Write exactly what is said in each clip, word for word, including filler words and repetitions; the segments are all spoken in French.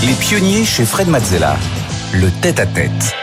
Les pionniers chez Fred Mazzella. Le tête-à-tête.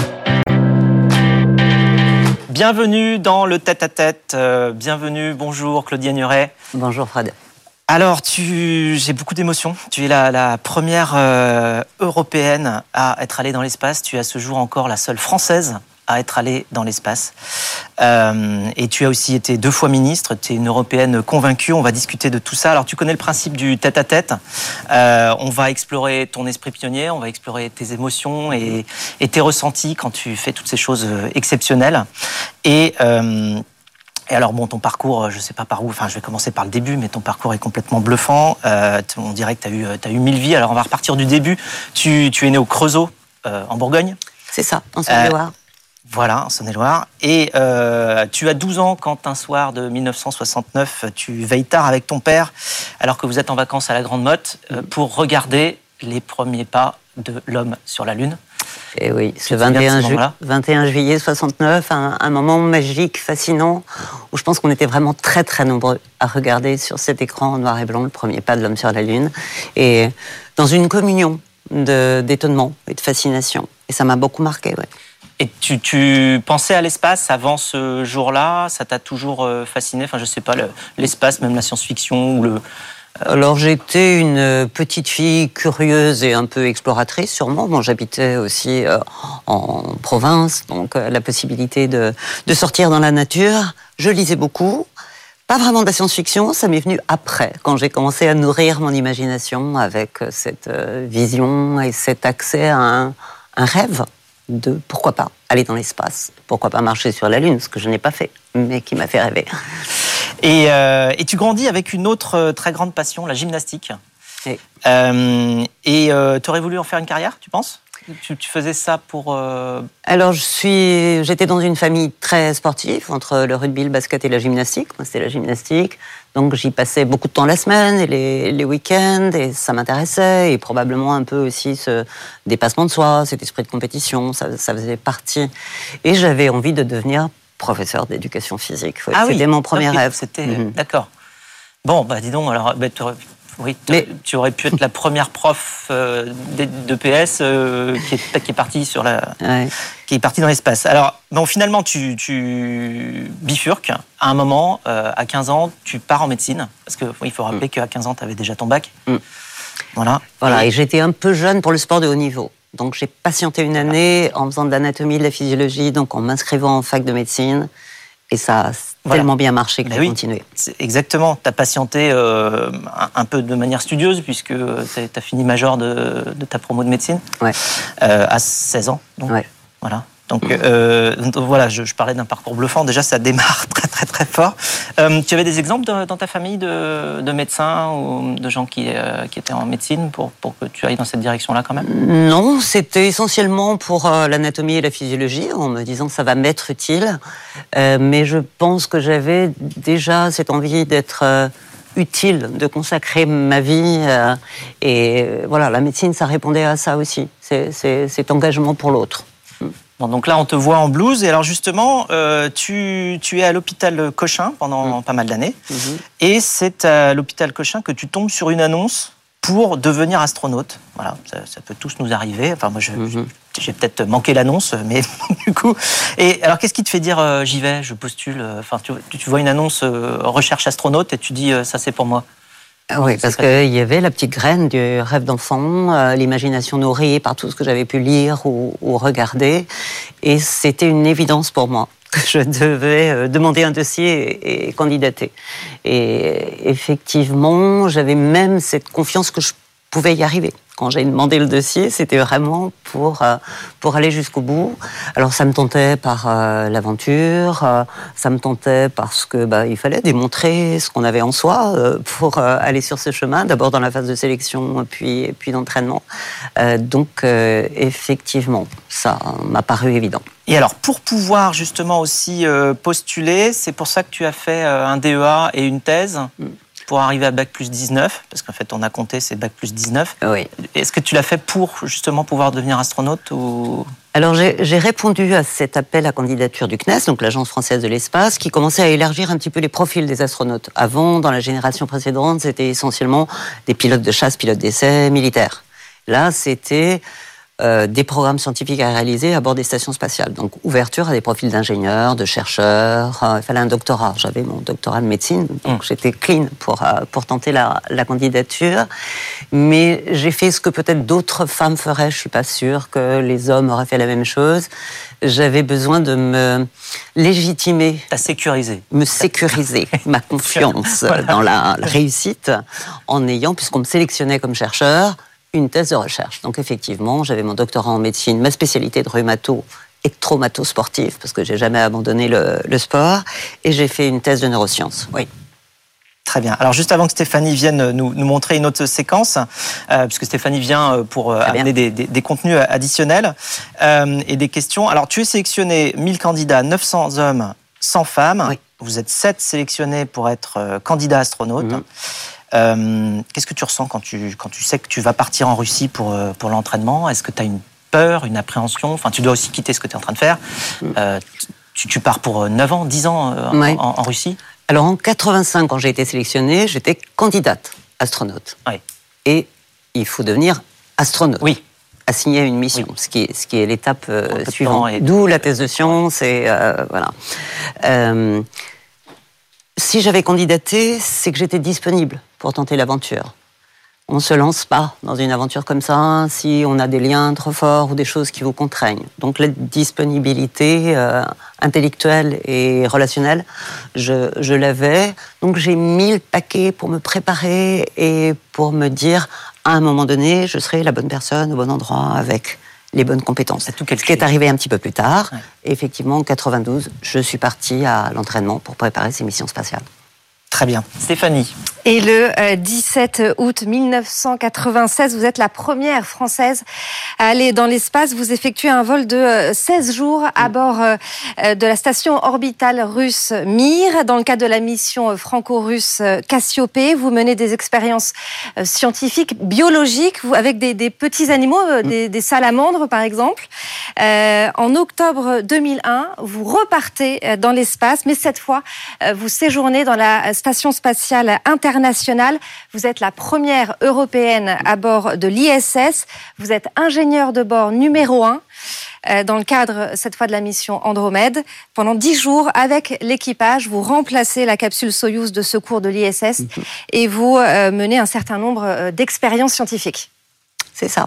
Bienvenue dans le tête-à-tête. Euh, bienvenue, bonjour Claudia Nuret. Bonjour Fred. Alors, tu... j'ai beaucoup d'émotions. Tu es la, la première euh, européenne à être allée dans l'espace. Tu es à ce jour encore la seule française à être allée dans l'espace. Euh, et tu as aussi été deux fois ministre. Tu es une européenne convaincue. On va discuter de tout ça. Alors, tu connais le principe du tête-à-tête. Euh, on va explorer ton esprit pionnier. On va explorer tes émotions et, et tes ressentis quand tu fais toutes ces choses exceptionnelles. Et... Euh, Et alors, bon, ton parcours, je ne sais pas par où, enfin, je vais commencer par le début, mais ton parcours est complètement bluffant. Euh, on dirait que tu as eu, t'as eu mille vies. Alors, on va repartir du début. Tu, tu es né au Creusot, euh, en Bourgogne. C'est ça, en Saône-et-Loire. Euh, voilà, en Saône-et-Loire. Et euh, tu as douze ans quand, un soir de dix-neuf cent soixante-neuf, tu veilles tard avec ton père, alors que vous êtes en vacances à la Grande Motte, euh, pour regarder les premiers pas de l'homme sur la Lune. Et oui, ce vingt et un, ju- vingt et un juillet soixante-neuf, un, un moment magique, fascinant, où je pense qu'on était vraiment très très nombreux à regarder sur cet écran en noir et blanc le premier pas de l'homme sur la Lune, et dans une communion de, d'étonnement et de fascination. Et ça m'a beaucoup marqué, ouais. Et tu, tu pensais à l'espace avant ce jour-là? Ça t'a toujours fasciné? Enfin, je sais pas, le, l'espace, même la science-fiction ou le... Alors j'étais une petite fille curieuse et un peu exploratrice sûrement. Bon, j'habitais aussi euh, en province, donc euh, la possibilité de, de sortir dans la nature. Je lisais beaucoup, pas vraiment de la science-fiction, ça m'est venu après, quand j'ai commencé à nourrir mon imagination avec cette euh, vision et cet accès à un, un rêve de, pourquoi pas, aller dans l'espace, pourquoi pas marcher sur la Lune, ce que je n'ai pas fait, mais qui m'a fait rêver. Et, euh, et tu grandis avec une autre euh, très grande passion, la gymnastique. Oui. Euh, et euh, tu aurais voulu en faire une carrière, tu penses? tu, tu faisais ça pour... Euh... Alors, je suis, j'étais dans une famille très sportive, entre le rugby, le basket et la gymnastique. Moi, c'était la gymnastique. Donc, j'y passais beaucoup de temps la semaine et les, les week-ends, et ça m'intéressait. Et probablement un peu aussi ce dépassement de soi, cet esprit de compétition, ça, ça faisait partie. Et j'avais envie de devenir professeur d'éducation physique. Ouais, ah c'était oui, mon premier okay, rêve. C'était mm-hmm. D'accord. Bon, bah dis donc, alors, bah, oui, mais tu aurais pu être la première prof euh, de P S euh, qui, est, qui est partie sur la, ouais. qui est partie dans l'espace. Alors, bon, finalement, tu, tu bifurques. À un moment, euh, à quinze ans, tu pars en médecine, parce que oui, il faut rappeler mm. qu'à quinze ans, tu avais déjà ton bac. Mm. Voilà. Voilà. Et... et j'étais un peu jeune pour le sport de haut niveau. Donc j'ai patienté une année en faisant de l'anatomie, de la physiologie, donc en m'inscrivant en fac de médecine. Et ça a voilà. tellement bien marché que ben j'ai oui, continué. Exactement. Tu as patienté euh, un, un peu de manière studieuse, puisque tu as fini major de, de ta promo de médecine ouais. euh, à seize ans. Donc, ouais. Voilà. Donc, euh, donc voilà, je, je parlais d'un parcours bluffant. Déjà, ça démarre très très très fort. Euh, tu avais des exemples de, dans ta famille de, de médecins ou de gens qui, euh, qui étaient en médecine pour, pour que tu ailles dans cette direction-là quand même? Non, c'était essentiellement pour euh, l'anatomie et la physiologie, en me disant que ça va m'être utile. Euh, mais je pense que j'avais déjà cette envie d'être... Euh, utile, de consacrer ma vie. Euh, et euh, voilà, la médecine, ça répondait à ça aussi. C'est, c'est, cet engagement pour l'autre. Bon, donc là, on te voit en blouse. Et alors, justement, euh, tu, tu es à l'hôpital Cochin pendant mmh. pas mal d'années. Mmh. Et c'est à l'hôpital Cochin que tu tombes sur une annonce pour devenir astronaute. Voilà, ça, ça peut tous nous arriver. Enfin, moi, je, mmh. j'ai peut-être manqué l'annonce, mais du coup... Et alors, qu'est-ce qui te fait dire euh, j'y vais, je postule? Enfin, tu, tu vois une annonce euh, recherche astronaute et tu dis euh, ça, c'est pour moi. Oui, parce qu'il y avait la petite graine du rêve d'enfant, euh, l'imagination nourrie par tout ce que j'avais pu lire ou, ou regarder. Et c'était une évidence pour moi que je devais euh, demander un dossier et, et candidater. Et effectivement, j'avais même cette confiance que je pouvais y arriver. Quand j'ai demandé le dossier, c'était vraiment pour, euh, pour aller jusqu'au bout. Alors ça me tentait par euh, l'aventure, euh, ça me tentait parce que bah, il fallait démontrer ce qu'on avait en soi euh, pour euh, aller sur ce chemin, d'abord dans la phase de sélection, puis, puis d'entraînement. Euh, donc euh, effectivement, ça m'a paru évident. Et alors, pour pouvoir justement aussi euh, postuler, c'est pour ça que tu as fait euh, un D E A et une thèse mm. pour arriver à bac plus dix-neuf, parce qu'en fait, on a compté, c'est bac plus dix-neuf. Oui. Est-ce que tu l'as fait pour justement pouvoir devenir astronaute ou... Alors, j'ai, j'ai répondu à cet appel à candidature du C N E S, donc l'Agence française de l'espace, qui commençait à élargir un petit peu les profils des astronautes. Avant, dans la génération précédente, c'était essentiellement des pilotes de chasse, pilotes d'essai, militaires. Là, c'était euh, des programmes scientifiques à réaliser à bord des stations spatiales. Donc, ouverture à des profils d'ingénieurs, de chercheurs. Euh, il fallait un doctorat. J'avais mon doctorat de médecine, donc mmh. j'étais clean pour, euh, pour tenter la, la candidature. Mais j'ai fait ce que peut-être d'autres femmes feraient. Je suis pas sûre que les hommes auraient fait la même chose. J'avais besoin de me légitimer. T'as sécurisé. Me sécuriser ma confiance voilà. dans la, la réussite en ayant, puisqu'on me sélectionnait comme chercheur, une thèse de recherche. Donc effectivement, j'avais mon doctorat en médecine, ma spécialité de rhumato et de traumato sportif, parce que j'ai jamais abandonné le, le sport, et j'ai fait une thèse de neurosciences. Oui. Très bien. Alors juste avant que Stéphanie vienne nous, nous montrer une autre séquence, euh, puisque Stéphanie vient pour euh, amener des, des, des contenus additionnels euh, et des questions. Alors tu es sélectionné mille candidats, neuf cents hommes, cent femmes. Oui. Vous êtes sept sélectionnés pour être euh, candidat astronaute. Mmh. Euh, qu'est-ce que tu ressens quand tu, quand tu sais que tu vas partir en Russie pour, euh, pour l'entraînement ? Est-ce que tu as une peur, une appréhension ? Enfin, tu dois aussi quitter ce que tu es en train de faire. Mmh. Euh, tu, tu pars pour neuf ans, dix ans euh, oui. en, en Russie ? Alors en quatre-vingt-cinq, quand j'ai été sélectionnée, j'étais candidate astronaute. Oui. Et il faut devenir astronaute. Oui. Assigné à une mission, oui. ce qui est, ce qui est l'étape euh, suivante. Et... D'où la thèse de science et euh, voilà. Euh, si j'avais candidaté, c'est que j'étais disponible pour tenter l'aventure. On ne se lance pas dans une aventure comme ça si on a des liens trop forts ou des choses qui vous contraignent. Donc la disponibilité euh, intellectuelle et relationnelle, je, je l'avais. Donc j'ai mis le paquet pour me préparer et pour me dire, à un moment donné, je serai la bonne personne au bon endroit avec les bonnes compétences. C'est tout ce qui est arrivé un petit peu plus tard. Ouais. Et effectivement, en quatre-vingt-douze, je suis partie à l'entraînement pour préparer ces missions spatiales. Très bien. Stéphanie. Et le euh, dix-sept août mille neuf cent quatre-vingt-seize, vous êtes la première Française à aller dans l'espace. Vous effectuez un vol de euh, seize jours à bord euh, de la station orbitale russe Mir. Dans le cadre de la mission franco-russe Cassiopée, vous menez des expériences euh, scientifiques, biologiques, vous, avec des, des petits animaux, euh, des, des salamandres par exemple. Euh, en octobre deux mille un, vous repartez dans l'espace, mais cette fois, euh, vous séjournez dans la station spatiale internationale. Vous êtes la première européenne à bord de l'I S S. Vous êtes ingénieur de bord numéro un euh, dans le cadre, cette fois, de la mission Andromède. Pendant dix jours, avec l'équipage, vous remplacez la capsule Soyouz de secours de l'I S S mmh. et vous euh, menez un certain nombre euh, d'expériences scientifiques. C'est ça.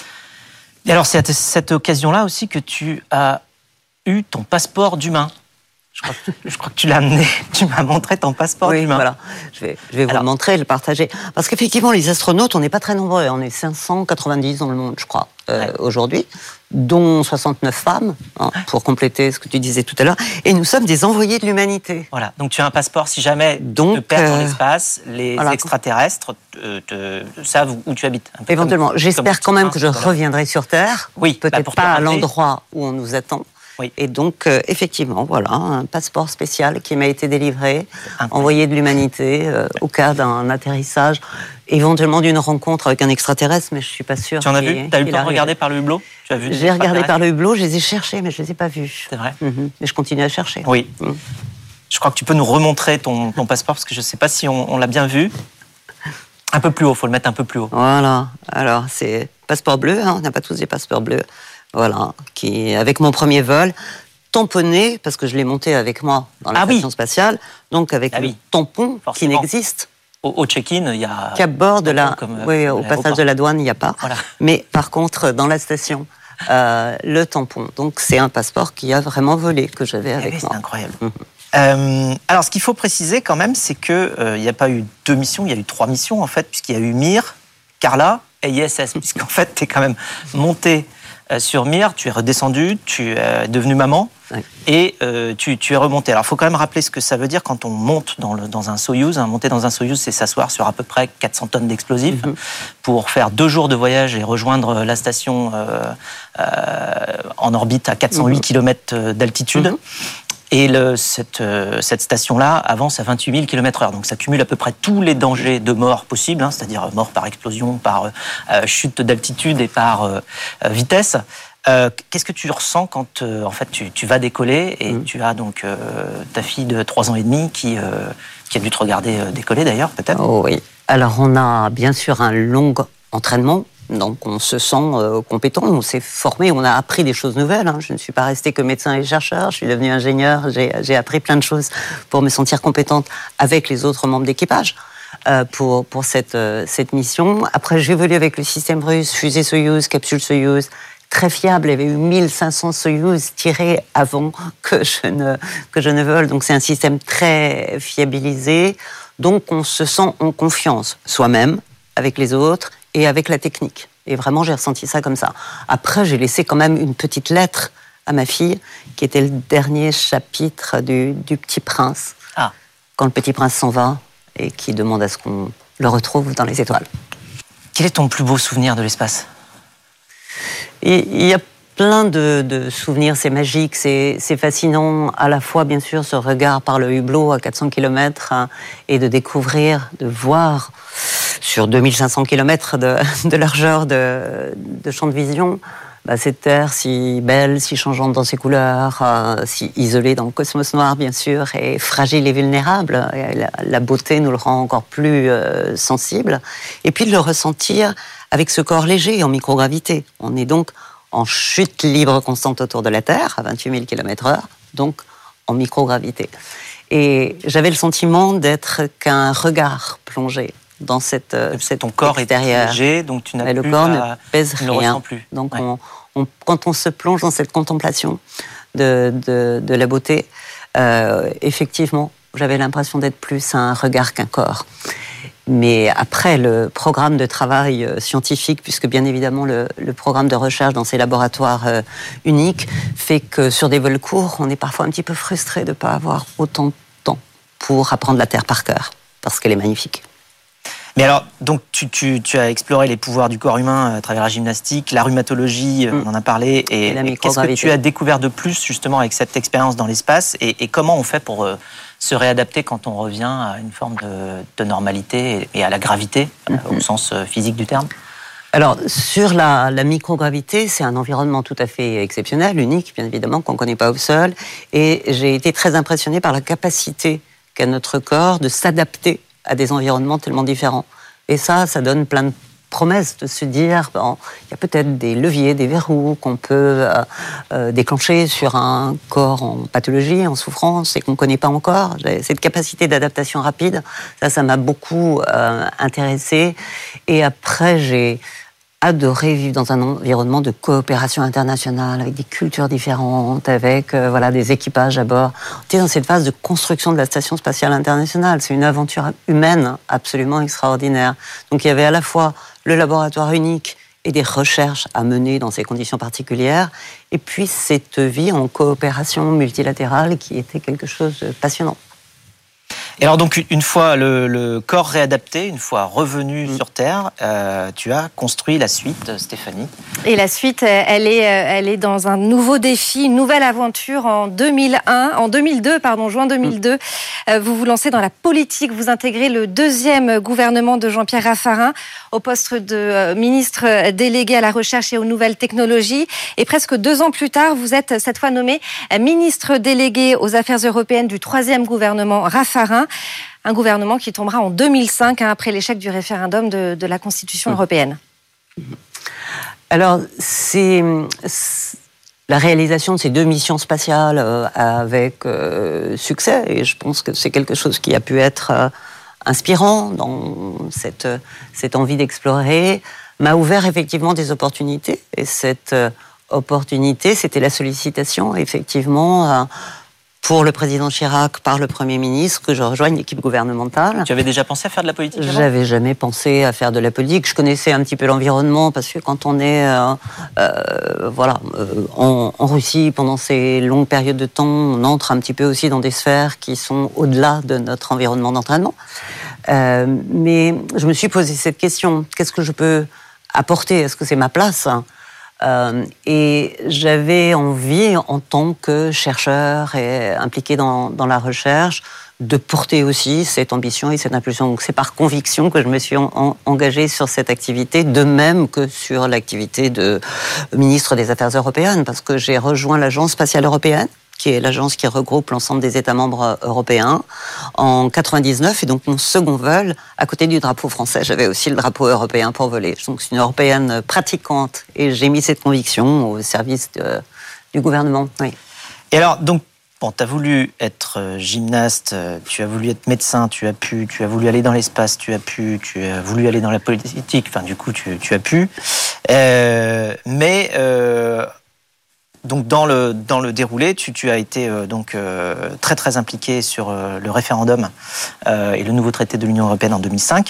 Et alors, c'est à cette occasion-là aussi que tu as eu ton passeport d'humain. Je crois, que, je crois que tu l'as amené, tu m'as montré ton passeport oui, d'humain. Voilà. Je vais, je vais vous Alors, le montrer, le partager. Parce qu'effectivement, les astronautes, on n'est pas très nombreux. On est cinq cent quatre-vingt-dix dans le monde, je crois, euh, ouais. aujourd'hui, dont soixante-neuf femmes, hein, pour compléter ce que tu disais tout à l'heure. Et nous sommes des envoyés de l'humanité. Voilà. Donc tu as un passeport. Si jamais Donc, tu te perds dans euh, l'espace, les voilà. extraterrestres te, te, savent où tu habites. Éventuellement. Comme, J'espère comme quand même que je reviendrai sur Terre. Oui. Peut-être bah, pas à l'endroit où on nous attend. Oui. Et donc, euh, effectivement, voilà, un passeport spécial qui m'a été délivré, envoyé de l'humanité, euh, au cas d'un atterrissage, éventuellement d'une rencontre avec un extraterrestre, mais je suis pas sûre. Tu en as vu ? Tu as eu le temps de regarder par le hublot ? Tu as vu ? J'ai regardé par le hublot, je les ai cherchés, mais je les ai pas vus. C'est vrai ? Mm-hmm. Mais je continue à chercher. Oui. Mm. Je crois que tu peux nous remontrer ton, ton passeport, parce que je sais pas si on, on l'a bien vu. Un peu plus haut, faut le mettre un peu plus haut. Voilà. Alors, c'est passeport bleu, hein, on n'a pas tous des passeports bleus. Voilà, qui, avec mon premier vol, tamponné, parce que je l'ai monté avec moi dans la ah station oui. spatiale, donc avec ah le oui. tampon Forcément. qui n'existe. Au, au check-in, il y a... Qu'à bord de la... Comme, oui, au passage de la douane, il n'y a pas. Voilà. Mais par contre, dans la station, euh, le tampon. Donc c'est un passeport qui a vraiment volé, que j'avais avec oui, moi. C'est incroyable. Mmh. Euh, alors, ce qu'il faut préciser quand même, c'est qu'il euh, n'y a pas eu deux missions, il y a eu trois missions, en fait, puisqu'il y a eu Mir, Carla et I S S, puisqu'en fait, tu es quand même monté sur Mir, tu es redescendu, tu es devenu maman oui. et euh, tu, tu es remonté. Alors, il faut quand même rappeler ce que ça veut dire quand on monte dans, le, dans un Soyouz. Hein. Monter dans un Soyouz, c'est s'asseoir sur à peu près quatre cents tonnes d'explosifs mm-hmm. pour faire deux jours de voyage et rejoindre la station euh, euh, en orbite à quatre cent huit mm-hmm. kilomètres d'altitude. Mm-hmm. Et le, cette, euh, cette station-là avance à vingt-huit mille kilomètres heure. Donc ça cumule à peu près tous les dangers de mort possibles, hein, c'est-à-dire mort par explosion, par euh, chute d'altitude et par euh, vitesse. Euh, qu'est-ce que tu ressens quand euh, en fait, tu, tu vas décoller et mmh. tu as donc euh, ta fille de trois ans et demi qui, euh, qui a dû te regarder euh, décoller d'ailleurs, peut-être ? Oh oui. Alors on a bien sûr un long entraînement Donc on se sent euh, compétent, on s'est formé, on a appris des choses nouvelles. Hein. Je ne suis pas restée que médecin et chercheur, je suis devenue ingénieure, j'ai, j'ai appris plein de choses pour me sentir compétente avec les autres membres d'équipage euh, pour, pour cette, euh, cette mission. Après, j'ai évolué avec le système russe, fusée Soyouz, capsule Soyouz, très fiable. Il y avait eu mille cinq cents Soyouz tirés avant que je ne, que je ne vole. Donc c'est un système très fiabilisé. Donc on se sent en confiance, soi-même, avec les autres, et avec la technique. Et vraiment, j'ai ressenti ça comme ça. Après, j'ai laissé quand même une petite lettre à ma fille, qui était le dernier chapitre du, du Petit Prince. Ah. Quand le Petit Prince s'en va, et qui demande à ce qu'on le retrouve dans les étoiles. Quel est ton plus beau souvenir de l'espace ? Et il y a plein de, de souvenirs, c'est magique, c'est, c'est fascinant, à la fois, bien sûr, ce regard par le hublot à quatre cents kilomètres, hein, et de découvrir, de voir sur deux mille cinq cents kilomètres de, de largeur de, de champ de vision, bah, cette Terre si belle, si changeante dans ses couleurs, euh, si isolée dans le cosmos noir, bien sûr, et fragile et vulnérable. Et la, la beauté nous le rend encore plus euh, sensible. Et puis de le ressentir avec ce corps léger en microgravité. On est donc en chute libre constante autour de la Terre, à vingt-huit mille kilomètres heure, donc en microgravité. Et j'avais le sentiment d'être qu'un regard plongé dans cette, cette ton corps extérieur. Est léger, donc tu n'as Mais plus le corps à... ne pèse tu ne rien. le ressens plus. Donc ouais. on, on, quand on se plonge dans cette contemplation de, de, de la beauté, euh, effectivement, j'avais l'impression d'être plus un regard qu'un corps. Mais après, le programme de travail scientifique, puisque bien évidemment le, le programme de recherche dans ces laboratoires euh, uniques fait que sur des vols courts, on est parfois un petit peu frustré de ne pas avoir autant de temps pour apprendre la Terre par cœur, parce qu'elle est magnifique. Mais alors, donc tu, tu, tu as exploré les pouvoirs du corps humain à travers la gymnastique, la rhumatologie, mmh. on en a parlé, et, et, et qu'est-ce que tu as découvert de plus justement avec cette expérience dans l'espace, et, et comment on fait pour euh, se réadapter quand on revient à une forme de, de normalité et à la gravité, mmh. euh, au sens physique du terme ? Alors, sur la, la microgravité, c'est un environnement tout à fait exceptionnel, unique, bien évidemment, qu'on ne connaît pas au sol, et j'ai été très impressionnée par la capacité qu'a notre corps de s'adapter à des environnements tellement différents. Et ça, ça donne plein de promesses de se dire, bon, il y a peut-être des leviers, des verrous qu'on peut euh, euh, déclencher sur un corps en pathologie, en souffrance, et qu'on ne connaît pas encore. Cette capacité d'adaptation rapide, ça, ça m'a beaucoup euh, intéressée. Et après, j'ai adoré vivre dans un environnement de coopération internationale, avec des cultures différentes, avec euh, voilà, des équipages à bord. On était dans cette phase de construction de la Station spatiale internationale. C'est une aventure humaine absolument extraordinaire. Donc il y avait à la fois le laboratoire unique et des recherches à mener dans ces conditions particulières, et puis cette vie en coopération multilatérale qui était quelque chose de passionnant. Et alors donc une fois le, le corps réadapté, une fois revenu mmh. sur Terre, euh, tu as construit la suite, Stéphanie. Et la suite, elle est, elle est dans un nouveau défi, une nouvelle aventure en deux mille un, en deux mille deux, pardon, juin deux mille deux. Mmh. Vous vous lancez dans la politique, vous intégrez le deuxième gouvernement de Jean-Pierre Raffarin au poste de ministre délégué à la recherche et aux nouvelles technologies. Et presque deux ans plus tard, vous êtes cette fois nommé ministre délégué aux affaires européennes du troisième gouvernement Raffarin. Un gouvernement qui tombera en deux mille cinq, hein, après l'échec du référendum de, de la Constitution mmh. européenne. Alors, c'est, c'est la réalisation de ces deux missions spatiales euh, avec euh, succès, et je pense que c'est quelque chose qui a pu être euh, inspirant dans cette, cette envie d'explorer, m'a ouvert effectivement des opportunités. Et cette euh, opportunité, c'était la sollicitation, effectivement, euh, pour le président Chirac par le Premier ministre, que je rejoigne l'équipe gouvernementale. Tu avais déjà pensé à faire de la politique avant ? J'avais jamais pensé à faire de la politique. Je connaissais un petit peu l'environnement, parce que quand on est euh, euh, voilà, euh, en, en Russie pendant ces longues périodes de temps, on entre un petit peu aussi dans des sphères qui sont au-delà de notre environnement d'entraînement. Euh, mais je me suis posé cette question, qu'est-ce que je peux apporter ? Est-ce que c'est ma place ? Euh, et j'avais envie, en tant que chercheur et impliqué dans, dans la recherche, de porter aussi cette ambition et cette impulsion. Donc c'est par conviction que je me suis en, en, engagée sur cette activité, de même que sur l'activité de ministre des Affaires européennes, parce que j'ai rejoint l'Agence spatiale européenne qui est l'agence qui regroupe l'ensemble des États membres européens, en quatre-vingt-dix-neuf. Et donc, mon second vol, à côté du drapeau français, j'avais aussi le drapeau européen pour voler. Donc, c'est une européenne pratiquante. Et j'ai mis cette conviction au service de, du gouvernement. Oui. Et alors, donc, bon, tu as voulu être gymnaste, tu as voulu être médecin, tu as pu, tu as voulu aller dans l'espace, tu as pu, tu as voulu aller dans la politique, enfin, du coup, tu, tu as pu. Euh, mais... Euh, Donc dans le dans le déroulé, tu, tu as été euh, donc euh, très très impliqué sur euh, le référendum euh, et le nouveau traité de l'Union européenne en deux mille cinq,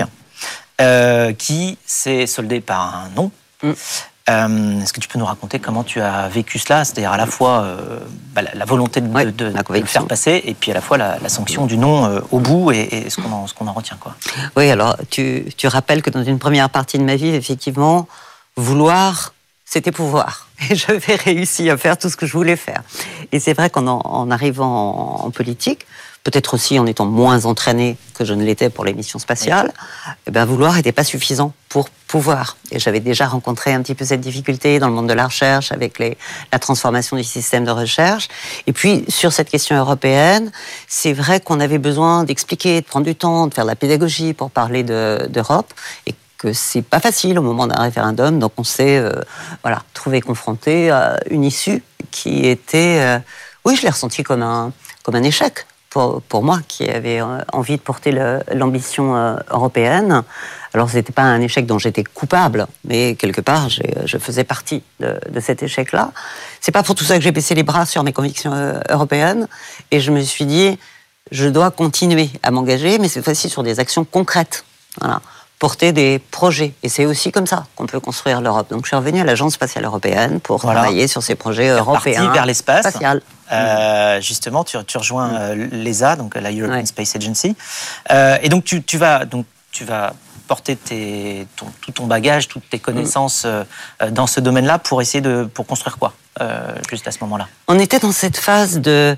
euh, qui s'est soldé par un non. Mm. Euh, est-ce que tu peux nous raconter comment tu as vécu cela, c'est-à-dire à la fois euh, bah, la, la volonté de, ouais, de, de, de le faire passer, et puis à la fois la, la sanction du non euh, au bout et, et ce qu'on en, ce qu'on en retient, quoi. Oui, alors tu tu rappelles que dans une première partie de ma vie, effectivement, vouloir, c'était pouvoir. Et j'avais réussi à faire tout ce que je voulais faire. Et c'est vrai qu'en en arrivant en, en politique, peut-être aussi en étant moins entraînée que je ne l'étais pour les missions spatiales, oui. eh ben, vouloir n'était pas suffisant pour pouvoir. Et j'avais déjà rencontré un petit peu cette difficulté dans le monde de la recherche, avec les, la transformation du système de recherche. Et puis, sur cette question européenne, c'est vrai qu'on avait besoin d'expliquer, de prendre du temps, de faire de la pédagogie pour parler de, d'Europe. Et que c'est pas facile au moment d'un référendum, donc on s'est euh, voilà, trouvé confronté à une issue qui était, euh, oui, je l'ai ressenti comme un, comme un échec pour, pour moi, qui avait envie de porter le, l'ambition euh, européenne. Alors ce n'était pas un échec dont j'étais coupable, mais quelque part, j'ai, je faisais partie de, de cet échec-là. C'est pas pour tout ça que j'ai baissé les bras sur mes convictions euh, européennes, et je me suis dit, je dois continuer à m'engager, mais cette fois-ci sur des actions concrètes. Voilà. Porter des projets. Et c'est aussi comme ça qu'on peut construire l'Europe. Donc je suis revenue à l'Agence spatiale européenne pour voilà. travailler sur ces projets européens. Parti vers l'espace. Spatial. Euh, justement, tu, tu rejoins euh, l'E S A, donc la European ouais. Space Agency. Euh, et donc tu, tu vas donc tu vas porter tes, ton, tout ton bagage, toutes tes connaissances euh, dans ce domaine-là pour essayer de pour construire quoi euh, juste à ce moment-là. On était dans cette phase de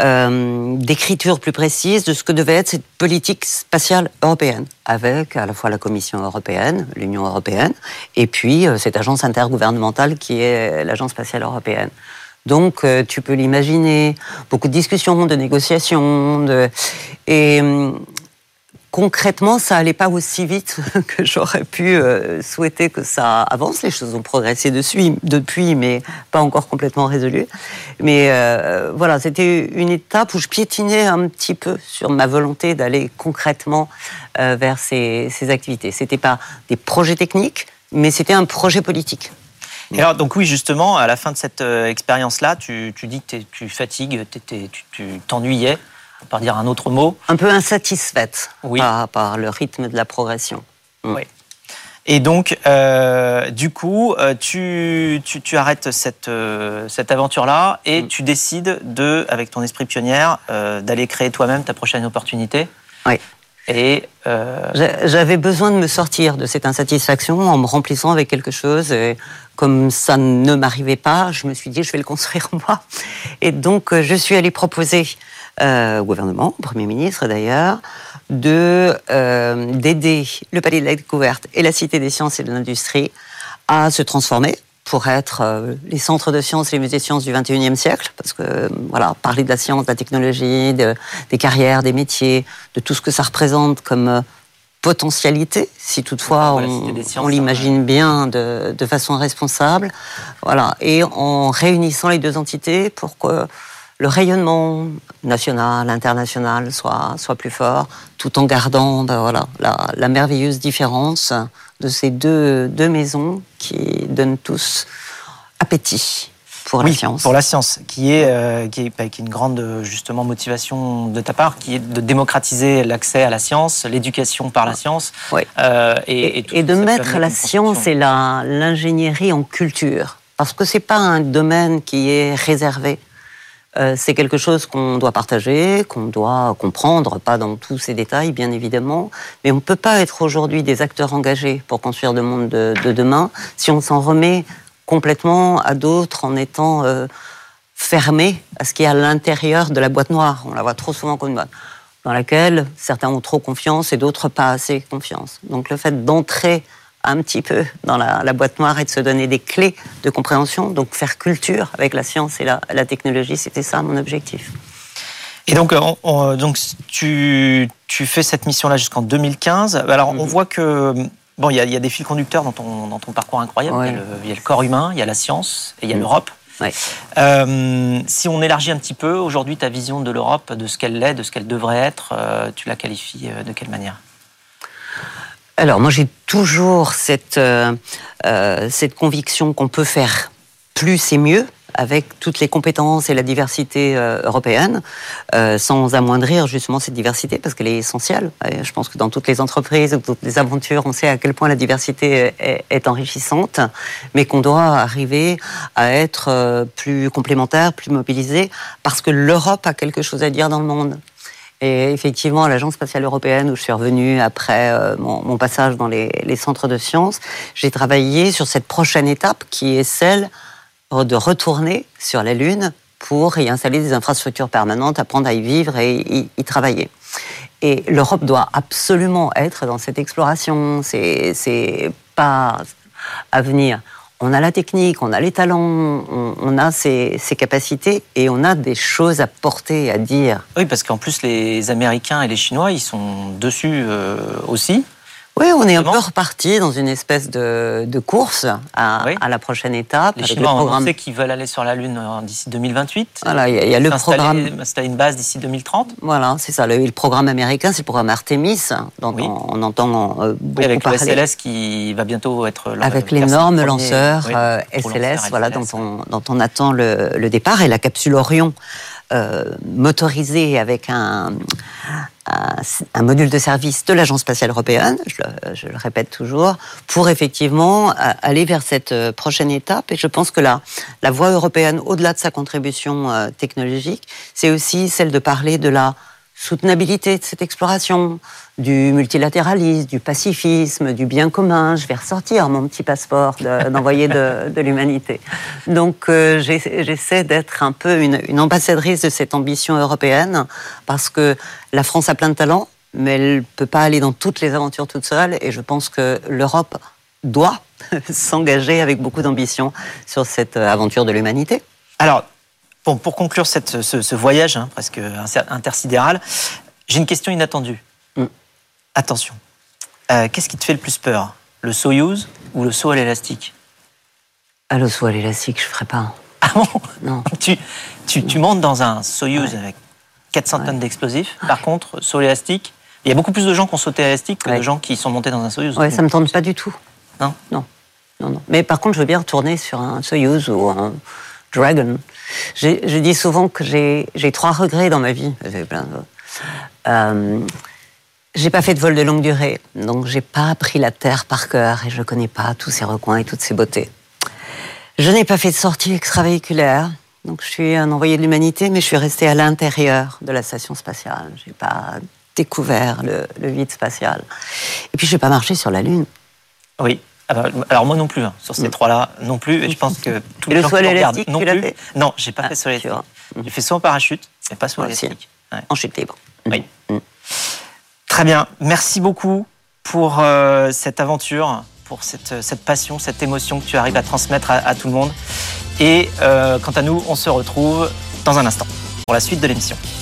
euh, d'écriture plus précise de ce que devait être cette politique spatiale européenne, avec à la fois la Commission européenne, l'Union européenne, et puis euh, cette agence intergouvernementale qui est l'Agence spatiale européenne. Donc, euh, tu peux l'imaginer, beaucoup de discussions, de négociations, de... et euh, concrètement, ça allait pas aussi vite que j'aurais pu euh, souhaiter que ça avance. Les choses ont progressé dessus, depuis, mais pas encore complètement résolues. Mais euh, voilà, c'était une étape où je piétinais un petit peu sur ma volonté d'aller concrètement euh, vers ces, ces activités. C'était pas des projets techniques, mais c'était un projet politique. Et alors, donc oui, justement, à la fin de cette euh, expérience-là, tu, tu dis que tu fatigues, tu, tu t'ennuyais. Par dire un autre mot. Un peu insatisfaite oui. par, par le rythme de la progression. Mm. Oui. Et donc, euh, du coup, tu, tu, tu arrêtes cette, euh, cette aventure-là et mm. tu décides, de, avec ton esprit pionnière, euh, d'aller créer toi-même ta prochaine opportunité. Oui. Et euh... j'avais besoin de me sortir de cette insatisfaction en me remplissant avec quelque chose. Et comme ça ne m'arrivait pas, je me suis dit, je vais le construire moi. Et donc, je suis allée proposer euh, au gouvernement, au Premier ministre d'ailleurs, de, euh, d'aider le Palais de la Découverte et la Cité des Sciences et de l'Industrie à se transformer pour être euh, les centres de sciences et les musées de sciences du vingt et unième siècle, parce que euh, voilà, parler de la science, de la technologie, de, des carrières, des métiers, de tout ce que ça représente comme euh, potentialité, si toutefois voilà, on, sciences, on l'imagine bien de, de façon responsable, voilà, et en réunissant les deux entités pour que le rayonnement national, international soit, soit plus fort, tout en gardant ben voilà, la, la merveilleuse différence de ces deux, deux maisons qui donnent tous appétit pour oui, la science. Pour la science, qui est, euh, qui est, bah, qui est une grande justement motivation de ta part, qui est de démocratiser l'accès à la science, l'éducation par la science. Oui. Euh, et, et, et de mettre la science et la, l'ingénierie en culture. Parce que ce n'est pas un domaine qui est réservé. Euh, c'est quelque chose qu'on doit partager, qu'on doit comprendre, pas dans tous ces détails, bien évidemment, mais on ne peut pas être aujourd'hui des acteurs engagés pour construire le monde de, de demain si on s'en remet complètement à d'autres en étant euh, fermés à ce qui est à l'intérieur de la boîte noire. On la voit trop souvent comme une boîte dans laquelle certains ont trop confiance et d'autres pas assez confiance. Donc le fait d'entrer un petit peu dans la, la boîte noire et de se donner des clés de compréhension. Donc faire culture avec la science et la, la technologie, c'était ça mon objectif. Et donc, on, on, donc tu, tu fais cette mission-là jusqu'en deux mille quinze. Alors, mm-hmm. on voit que bon, il y a, y a des fils conducteurs dans ton, dans ton parcours incroyable. Ouais. Il y a le, il y a le corps humain, il y a la science et il y a mm. l'Europe. Ouais. Euh, si on élargit un petit peu, aujourd'hui, ta vision de l'Europe, de ce qu'elle est, de ce qu'elle devrait être, euh, tu la qualifies de quelle manière ? Alors, moi, j'ai toujours cette, euh, euh, cette conviction qu'on peut faire plus et mieux avec toutes les compétences et la diversité euh, européenne, euh, sans amoindrir justement cette diversité, parce qu'elle est essentielle. Et je pense que dans toutes les entreprises, dans toutes les aventures, on sait à quel point la diversité est, est enrichissante, mais qu'on doit arriver à être euh, plus complémentaire, plus mobilisé, parce que l'Europe a quelque chose à dire dans le monde. Et effectivement, à l'Agence spatiale européenne, où je suis revenue après euh, mon, mon passage dans les, les centres de sciences, j'ai travaillé sur cette prochaine étape qui est celle de retourner sur la Lune pour y installer des infrastructures permanentes, apprendre à y vivre et y, y travailler. Et l'Europe doit absolument être dans cette exploration. C'est, c'est pas à venir. On a la technique, on a les talents, on, on a ces, ces capacités et on a des choses à porter, à dire. Oui, parce qu'en plus, les Américains et les Chinois, ils sont dessus euh, aussi. Oui, on est un peu reparti dans une espèce de, de course à, oui. à la prochaine étape. Les Chinois ont annoncé qu'ils veulent aller sur la Lune d'ici deux mille vingt-huit. Voilà, il y a, il y a le programme. Installer une base d'ici deux mille trente. Voilà, c'est ça. Le, le programme américain, c'est le programme Artemis, dont oui. on, on entend euh, beaucoup oui, avec parler. Avec le S L S qui va bientôt être... Avec l'énorme lanceur oui, euh, S L S, voilà, dont on, dont on attend le, le départ, et la capsule Orion. Euh, motorisé avec un, un, un module de service de l'Agence spatiale européenne, je le, je le répète toujours, pour effectivement aller vers cette prochaine étape. Et je pense que la, la voie européenne, au-delà de sa contribution euh, technologique, c'est aussi celle de parler de la soutenabilité de cette exploration, du multilatéralisme, du pacifisme, du bien commun. Je vais ressortir mon petit passeport de, d'envoyé de, de l'humanité. Donc euh, j'essaie d'être un peu une, une ambassadrice de cette ambition européenne, parce que la France a plein de talents, mais elle ne peut pas aller dans toutes les aventures toute seule, et je pense que l'Europe doit s'engager avec beaucoup d'ambition sur cette aventure de l'humanité. Alors, bon, pour conclure cette, ce, ce voyage hein, presque intersidéral, j'ai une question inattendue. Mm. Attention, euh, qu'est-ce qui te fait le plus peur ? Le Soyouz ou le saut à l'élastique ? Ah, le saut à l'élastique, je ne ferai pas. Ah bon ? Non. tu, tu, tu montes dans un Soyouz ouais. avec quatre cents ouais. tonnes d'explosifs. Ouais. Par contre, saut à l'élastique, il y a beaucoup plus de gens qui ont sauté à l'élastique que ouais. de gens qui sont montés dans un Soyouz. Ouais, ça ne me tente pas du tout. Non ? Non. non, non. Mais par contre, je veux bien retourner sur un Soyouz ou un Dragon. J'ai, je dis souvent que j'ai, j'ai trois regrets dans ma vie. J'ai plein de... Euh, j'ai pas fait de vol de longue durée, donc j'ai pas appris la Terre par cœur et je connais pas tous ses recoins et toutes ses beautés. Je n'ai pas fait de sortie extravéhiculaire, donc je suis un envoyé de l'humanité, mais je suis restée à l'intérieur de la station spatiale. J'ai pas découvert le, le vide spatial. Et puis j'ai pas marché sur la Lune. Oui. Alors moi non plus, hein. Sur ces mmh. trois-là non plus, et je pense que tous et les le gens qui regardent non plus. Fait non, j'ai pas ah, fait saut à l'élastique. Mmh. J'ai fait saut en parachute, mais pas saut à l'élastique. Ouais. En chute libre. Oui. Mmh. Très bien. Merci beaucoup pour euh, cette aventure, pour cette, cette passion, cette émotion que tu arrives à transmettre à, à tout le monde. Et euh, quant à nous, on se retrouve dans un instant pour la suite de l'émission.